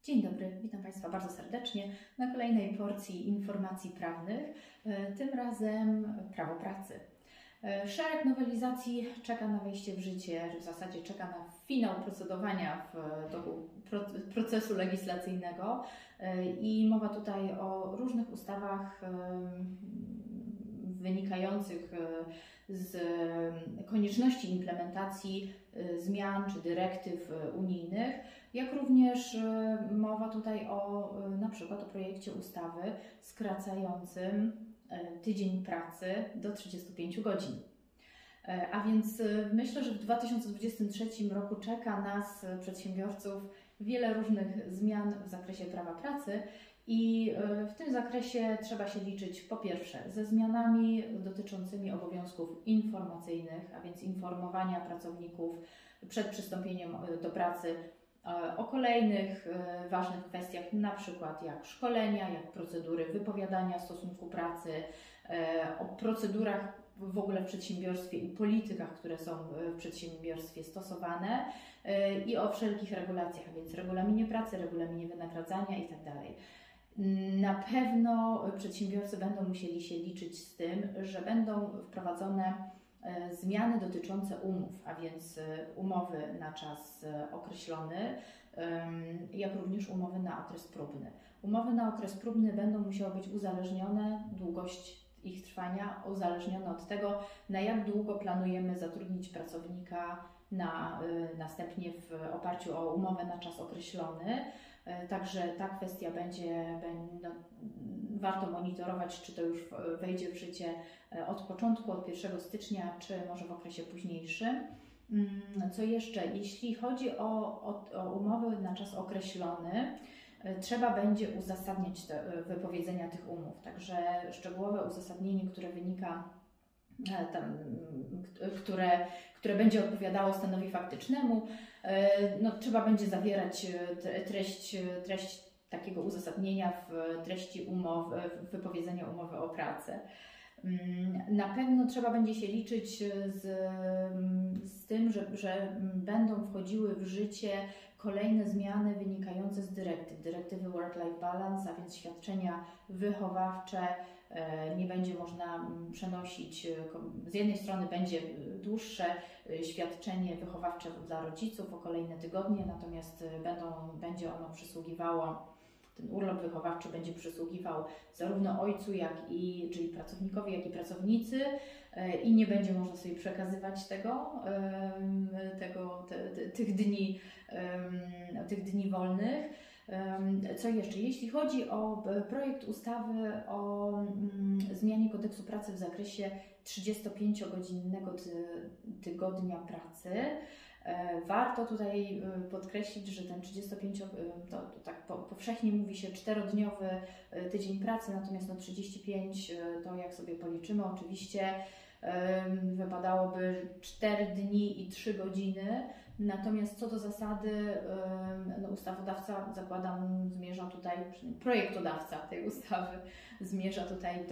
Dzień dobry, witam Państwa bardzo serdecznie na kolejnej porcji informacji prawnych, tym razem prawo pracy. Szereg nowelizacji czeka na wejście w życie, w zasadzie czeka na finał procedowania w toku procesu legislacyjnego i mowa tutaj o różnych ustawach wynikających z konieczności implementacji zmian czy dyrektyw unijnych, jak również mowa tutaj na przykład o projekcie ustawy skracającym tydzień pracy do 35 godzin. A więc myślę, że w 2023 roku czeka nas, przedsiębiorców, wiele różnych zmian w zakresie prawa pracy i w tym zakresie trzeba się liczyć po pierwsze ze zmianami dotyczącymi obowiązków informacyjnych, a więc informowania pracowników przed przystąpieniem do pracy o kolejnych ważnych kwestiach, na przykład jak szkolenia, jak procedury wypowiadania stosunku pracy, o procedurach w ogóle w przedsiębiorstwie i politykach, które są w przedsiębiorstwie stosowane i o wszelkich regulacjach, a więc regulaminie pracy, regulaminie wynagradzania itd. Na pewno przedsiębiorcy będą musieli się liczyć z tym, że będą wprowadzone zmiany dotyczące umów, a więc umowy na czas określony, jak również umowy na okres próbny. Umowy na okres próbny będą musiały być uzależnione, długość ich trwania uzależniona od tego, na jak długo planujemy zatrudnić pracownika następnie w oparciu o umowę na czas określony. Także ta kwestia warto monitorować, czy to już wejdzie w życie od początku, od 1 stycznia, czy może w okresie późniejszym. Co jeszcze? Jeśli chodzi o umowy na czas określony, trzeba będzie uzasadniać wypowiedzenia tych umów. Także szczegółowe uzasadnienie, które wynika, które będzie odpowiadało stanowi faktycznemu, trzeba będzie zawierać treść takiego uzasadnienia w treści umowy, wypowiedzenia umowy o pracę. Na pewno trzeba będzie się liczyć z tym, że będą wchodziły w życie kolejne zmiany wynikające z dyrektywy Work-Life Balance, a więc świadczenia wychowawcze. Nie będzie można przenosić, z jednej strony będzie dłuższe świadczenie wychowawcze dla rodziców o kolejne tygodnie, natomiast będzie ono przysługiwało, ten urlop wychowawczy będzie przysługiwał zarówno ojcu, czyli pracownikowi, jak i pracownicy i nie będzie można sobie przekazywać tych dni wolnych. Co jeszcze? Jeśli chodzi o projekt ustawy o zmianie kodeksu pracy w zakresie 35-godzinnego tygodnia pracy, warto tutaj podkreślić, że ten 35, to tak powszechnie mówi się 4-dniowy tydzień pracy, natomiast 35 to jak sobie policzymy, oczywiście wypadałoby 4 dni i 3 godziny, natomiast co do zasady ustawodawca, zakładam, zmierza tutaj, projektodawca tej ustawy zmierza tutaj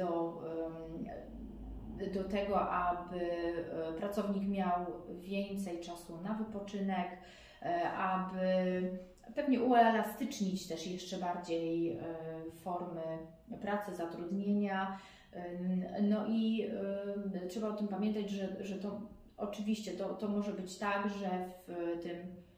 do tego, aby pracownik miał więcej czasu na wypoczynek, aby pewnie uelastycznić też jeszcze bardziej formy pracy, zatrudnienia. No i trzeba o tym pamiętać, że to oczywiście to może być tak, że w tym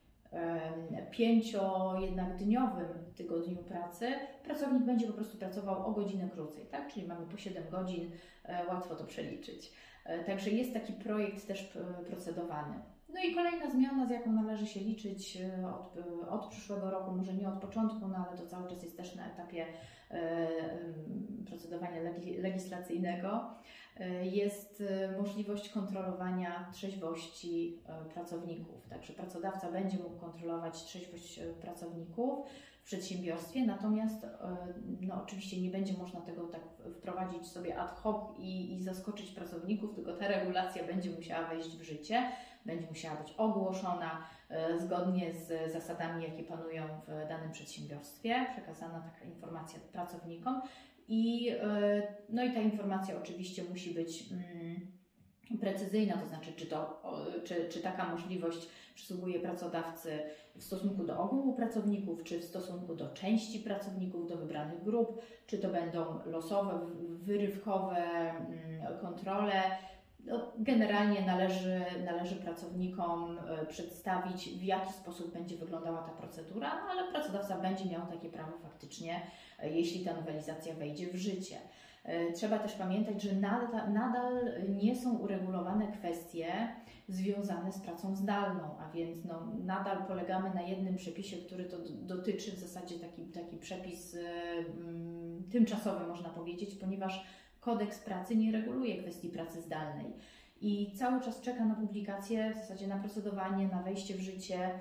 5-dniowym tygodniu pracy pracownik będzie po prostu pracował o godzinę krócej, tak? Czyli mamy po 7 godzin, łatwo to przeliczyć. Także jest taki projekt też procedowany. No i kolejna zmiana, z jaką należy się liczyć od przyszłego roku, może nie od początku, ale to cały czas jest też na etapie procedowania legislacyjnego, jest możliwość kontrolowania trzeźwości pracowników. Także pracodawca będzie mógł kontrolować trzeźwość pracowników w przedsiębiorstwie, natomiast oczywiście nie będzie można tego tak wprowadzić sobie ad hoc i zaskoczyć pracowników, tylko ta regulacja będzie musiała wejść w życie, będzie musiała być ogłoszona zgodnie z zasadami, jakie panują w danym przedsiębiorstwie, przekazana taka informacja pracownikom i ta informacja oczywiście musi być precyzyjna, to znaczy czy taka możliwość przysługuje pracodawcy w stosunku do ogółu pracowników, czy w stosunku do części pracowników, do wybranych grup, czy to będą losowe, wyrywkowe kontrole. No, generalnie należy pracownikom przedstawić, w jaki sposób będzie wyglądała ta procedura, no, ale pracodawca będzie miał takie prawo faktycznie, jeśli ta nowelizacja wejdzie w życie. Trzeba też pamiętać, że nadal nie są uregulowane kwestie związane z pracą zdalną, a więc no, nadal polegamy na jednym przepisie, który to dotyczy w zasadzie taki przepis tymczasowy, można powiedzieć, ponieważ Kodeks pracy nie reguluje kwestii pracy zdalnej i cały czas czeka na publikację, w zasadzie na procedowanie, na wejście w życie,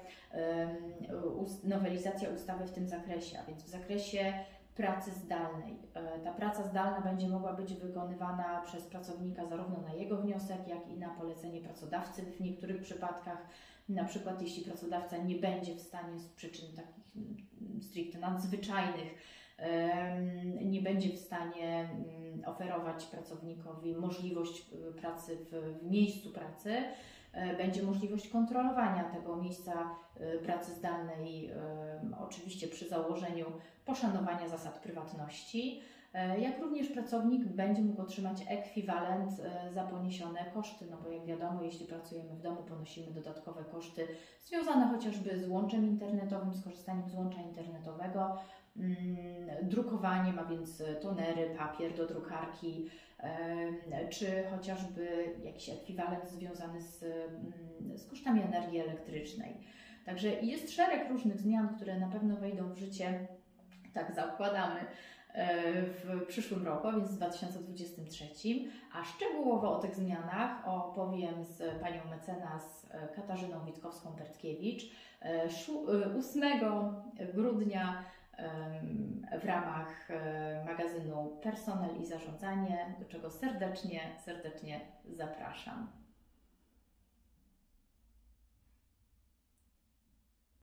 nowelizacja ustawy w tym zakresie, a więc w zakresie pracy zdalnej. Ta praca zdalna będzie mogła być wykonywana przez pracownika zarówno na jego wniosek, jak i na polecenie pracodawcy w niektórych przypadkach. Na przykład jeśli pracodawca nie będzie w stanie z przyczyn takich stricte nadzwyczajnych nie będzie w stanie oferować pracownikowi możliwość pracy w miejscu pracy, będzie możliwość kontrolowania tego miejsca pracy zdalnej, oczywiście przy założeniu poszanowania zasad prywatności, jak również pracownik będzie mógł otrzymać ekwiwalent za poniesione koszty, no bo jak wiadomo, jeśli pracujemy w domu, ponosimy dodatkowe koszty związane chociażby z łączem internetowym, z korzystaniem z łącza internetowego, drukowaniem, a więc tonery, papier do drukarki, czy chociażby jakiś ekwiwalent związany z kosztami energii elektrycznej. Także jest szereg różnych zmian, które na pewno wejdą w życie, tak zakładamy, w przyszłym roku, a więc w 2023, a szczegółowo o tych zmianach opowiem z panią mecenas Katarzyną Witkowską-Bertkiewicz 8 grudnia w ramach magazynu Personel i Zarządzanie, do czego serdecznie zapraszam.